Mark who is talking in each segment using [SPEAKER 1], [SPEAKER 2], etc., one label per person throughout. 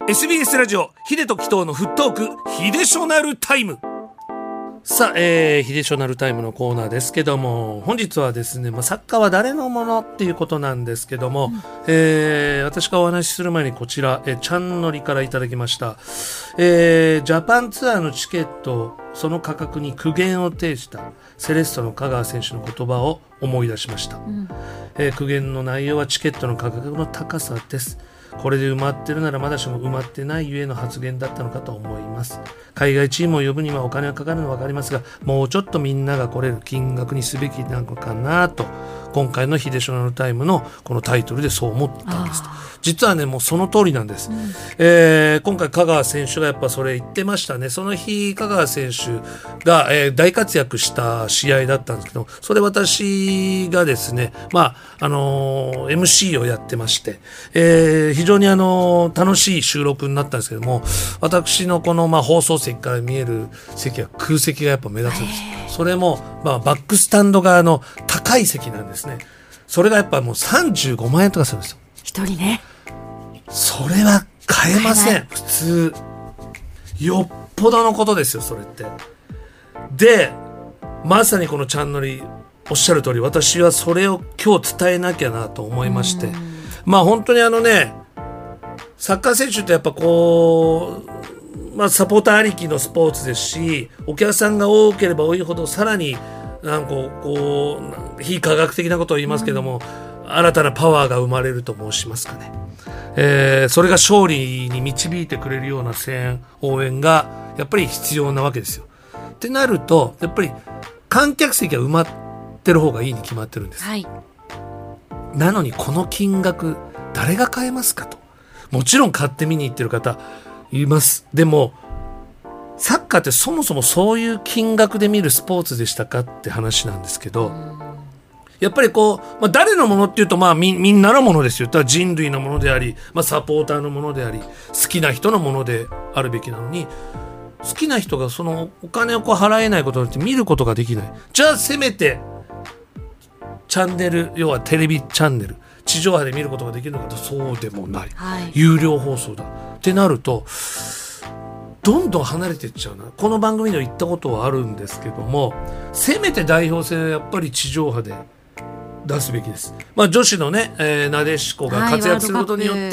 [SPEAKER 1] SBS ラジオヒデとキトーのフットークヒデショナルタイム。さあ、ヒデショナルタイムのコーナーですけども、本日はですね、サッカーは誰のものっていうことなんですけども、私がお話しする前にこちら、ちゃんのりからいただきました、ジャパンツアーのチケット、その価格に苦言を呈したセレッソの香川選手の言葉を思い出しました。苦言の内容はチケットの価格の高さです。これで埋まってるならまだしも埋まってないゆえの発言だったのかと思います。海外チームを呼ぶにはお金がかかるのは分かりますが、もうちょっとみんなが来れる金額にすべきなのかなと、今回のヒデショナルタイムのこのタイトルでそう思ったんです。実はね、もうその通りなんです。今回香川選手がやっぱそれ言ってましたね。その日香川選手が、大活躍した試合だったんですけど、それ私がですね、MC をやってまして、非常に楽しい収録になったんですけども、私のこの放送席から見える席は空席がやっぱ目立つんです。それもバックスタンド側の高い席なんですね。それがやっぱもう35万円とかするんですよ。
[SPEAKER 2] 一人ね。
[SPEAKER 1] それは買えません。普通よっぽどのことですよ、それって。で、まさにこのチャンネルおっしゃる通り、私はそれを今日伝えなきゃなと思いまして、本当にサッカー選手ってやっぱサポーターありきのスポーツですし、お客さんが多ければ多いほどさらに非科学的なことを言いますけども、新たなパワーが生まれると申しますかね。それが勝利に導いてくれるような声援応援がやっぱり必要なわけですよ。ってなるとやっぱり観客席が埋まってる方がいいに決まってるんです、なのにこの金額誰が買えますかと。もちろん買って見に行ってる方います。でもサッカーってそもそもそういう金額で見るスポーツでしたかって話なんですけど、やっぱり誰のものっていうとみんなのものですよ。人類のものであり、サポーターのものであり、好きな人のものであるべきなのに、好きな人がそのお金を払えないことによって見ることができない。じゃあせめてチャンネル、要はテレビチャンネル、地上波で見ることができるのかと、そうでもない、有料放送だってなるとどんどん離れていっちゃうな。この番組で言ったことはあるんですけども、せめて代表戦はやっぱり地上波で出すべきです。女子のね、なでしこが活躍することによって、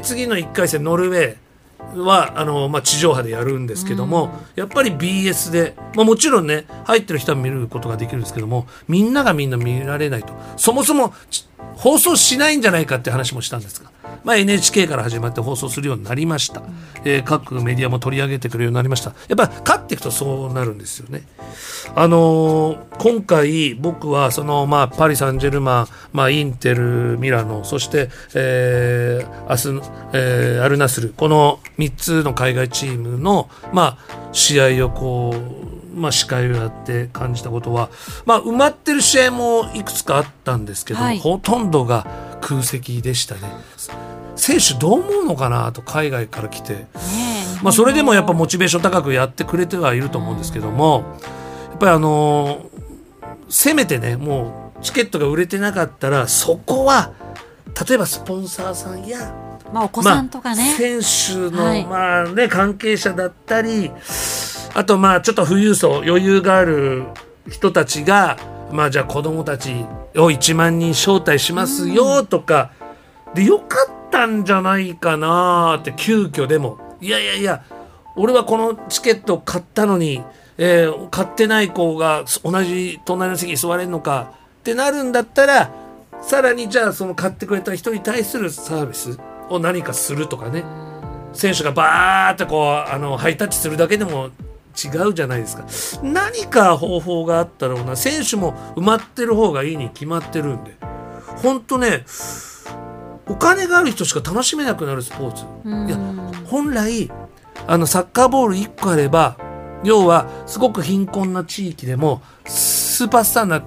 [SPEAKER 1] 次の1回戦ノルウェーは地上波でやるんですけども、やっぱり BS で、もちろんね入ってる人は見ることができるんですけども、みんながみんな見られないと、そもそも放送しないんじゃないかって話もしたんですが、NHK から始まって放送するようになりました。各メディアも取り上げてくれるようになりました。やっぱ勝っていくとそうなるんですよね。今回僕はパリ・サンジェルマン、インテル・ミラノ、そして、明日、アルナスル、この3つの海外チームの、試合を司会をやって感じたことは、埋まってる試合もいくつかあったんですけど、ほとんどが空席でしたね。選手どう思うのかなと、海外から来て、それでもやっぱモチベーション高くやってくれてはいると思うんですけども、やっぱりせめてね、もうチケットが売れてなかったら、そこは例えばスポンサーさんや、
[SPEAKER 2] お子さんとかね、
[SPEAKER 1] 選手の、関係者だったり、あとちょっと富裕層、余裕がある人たちが、じゃあ子供たちを1万人招待しますよとかでよかったんじゃないかなって、急遽でもいや俺はこのチケットを買ったのに、買ってない子が同じ隣の席に座れるのかってなるんだったら、さらにじゃあその買ってくれた人に対するサービスを何かするとかね、選手がバーってハイタッチするだけでも違うじゃないですか。何か方法があったろうな。選手も埋まってる方がいいに決まってるんで、本当ね、お金がある人しか楽しめなくなるスポーツ。いや、本来サッカーボール1個あれば、要はすごく貧困な地域でもスーパースターになって、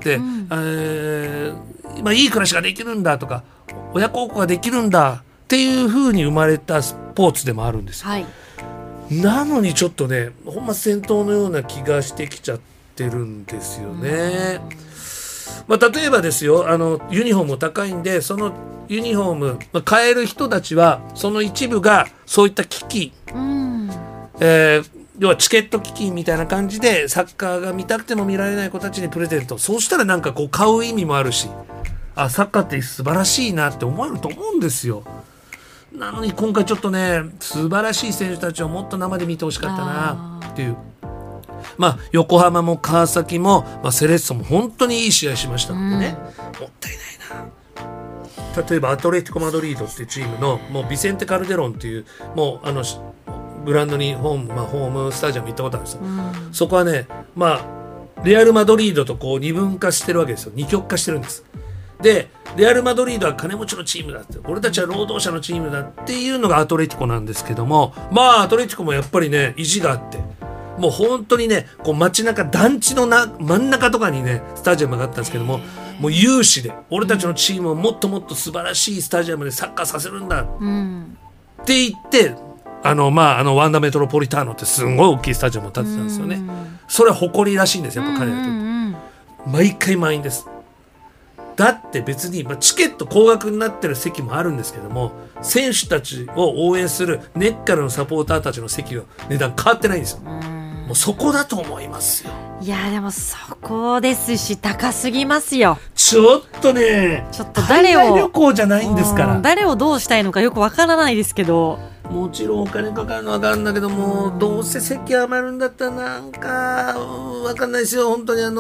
[SPEAKER 1] いい暮らしができるんだとか、親孝行ができるんだっていう風に生まれたスポーツでもあるんですよ、なのにちょっとね、ほんま戦闘のような気がしてきちゃってるんですよね。 例えばですよ、ユニフォームも高いんで、そのユニフォーム、買える人たちはその一部がそういった機器、要はチケット機器みたいな感じでサッカーが見たくても見られない子たちにプレゼント。そうしたらなんかこう買う意味もあるし、サッカーって素晴らしいなって思えると思うんですよ。なのに今回ちょっとね、素晴らしい選手たちをもっと生で見てほしかったなっていう。横浜も川崎も、セレッソも本当にいい試合しましたのでね、もったいないな。例えばアトレティコ・マドリードっていうチームのもうビセンテ・カルデロンっていう、もうグラウンドにホームスタジアム行ったことあるんですよ、そこはね、レアル・マドリードとこう二分化してるわけですよ。二極化してるんです。でレアル・マドリードは金持ちのチームだって、俺たちは労働者のチームだっていうのがアトレティコなんですけども、アトレティコもやっぱりね意地があって、もう本当にね、こう街中団地の真ん中とかにねスタジアムがあったんですけども、もう有志で俺たちのチームをもっともっと素晴らしいスタジアムでサッカーさせるんだって言って、ワンダメトロポリターノってすごい大きいスタジアムを建てたんですよね。それは誇りらしいんですよ、やっぱ彼らと。毎回満員です。だって別に、チケット高額になってる席もあるんですけども、選手たちを応援する根っからのサポーターたちの席の値段変わってないんですよ。もうそこだと思いますよ。
[SPEAKER 2] いやでもそこですし、高すぎますよ。
[SPEAKER 1] ちょっとね、
[SPEAKER 2] 誰を
[SPEAKER 1] 海外旅行じゃないんですから、
[SPEAKER 2] 誰をどうしたいのかよくわからないですけど、
[SPEAKER 1] もちろんお金かかるのは分かるんだけども、どうせ席余るんだったらなんか分かんないですよ本当に。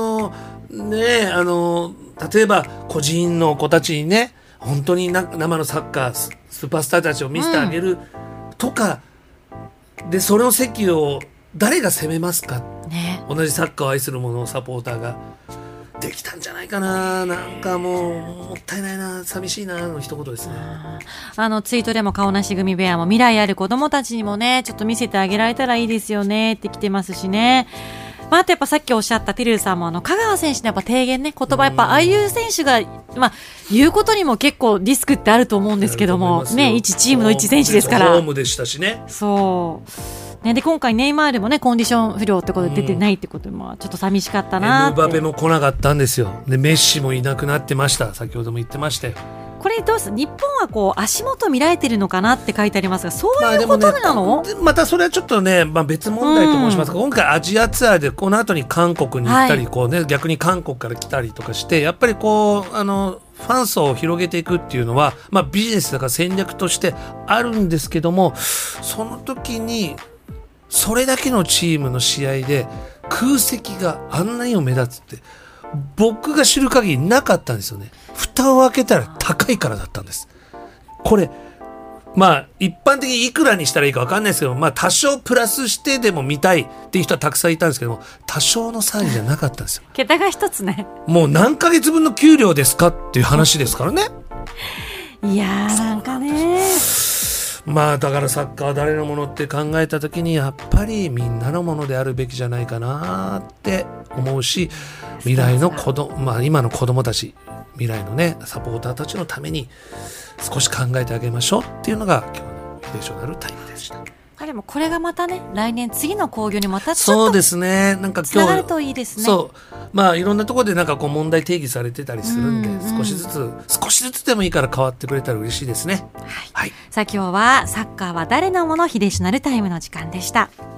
[SPEAKER 1] 例えば個人の子たちにね、本当に生のサッカースーパースターたちを見せてあげるとか、でその席を誰が攻めますか、同じサッカーを愛する者のサポーターができたんじゃないかな。なんかもったいないな、寂しいなの一言ですね。
[SPEAKER 2] ツイートでも顔なし組部屋も未来ある子供たちにもねちょっと見せてあげられたらいいですよねって来てますしね。あとやっぱさっきおっしゃったティルさんも香川選手のやっぱ提言ね、言葉、やっぱああいう選手が言うことにも結構リスクってあると思うんですけどもね、一チームの一選手ですから。
[SPEAKER 1] ホームでしたしね。
[SPEAKER 2] そうね。で今回ネイマールもねコンディション不良ってことで出てないってこともちょっと寂しかったなって。
[SPEAKER 1] エムバペも来なかったんですよ。でメッシもいなくなってました。先ほども言ってましたよ。
[SPEAKER 2] これどうする、日本はこう足元見られてるのかなって書いてありますが、そういうことなの？
[SPEAKER 1] またそれはちょっとね、別問題と申しますが、今回アジアツアーでこの後に韓国に行ったり、逆に韓国から来たりとかして、やっぱりこうファン層を広げていくっていうのは、ビジネスだから戦略としてあるんですけども、その時にそれだけのチームの試合で空席があんなにも目立つって僕が知る限りなかったんですよね。蓋を開けたら高いからだったんです。これ一般的にいくらにしたらいいか分かんないですけど、多少プラスしてでも見たいっていう人はたくさんいたんですけども、多少の差異じゃなかったんですよ。
[SPEAKER 2] 桁が一つね。
[SPEAKER 1] もう何ヶ月分の給料ですかっていう話ですからね。
[SPEAKER 2] いやーなんかね、
[SPEAKER 1] だからサッカーは誰のものって考えた時にやっぱりみんなのものであるべきじゃないかなって思うし、未来の今の子供たち、未来のねサポーターたちのために少し考えてあげましょうっていうのが今日のヒデショナルタイムでした。
[SPEAKER 2] でもこれがまたね来年次の興行にまたちょっと
[SPEAKER 1] そうですね、なんか
[SPEAKER 2] つながるといいですね。
[SPEAKER 1] そういろんなところでなんかこう問題定義されてたりするんで、少しずつでもいいから変わってくれたら嬉しいですね。
[SPEAKER 2] さあ今日はサッカーは誰のものヒデショナルタイムの時間でした。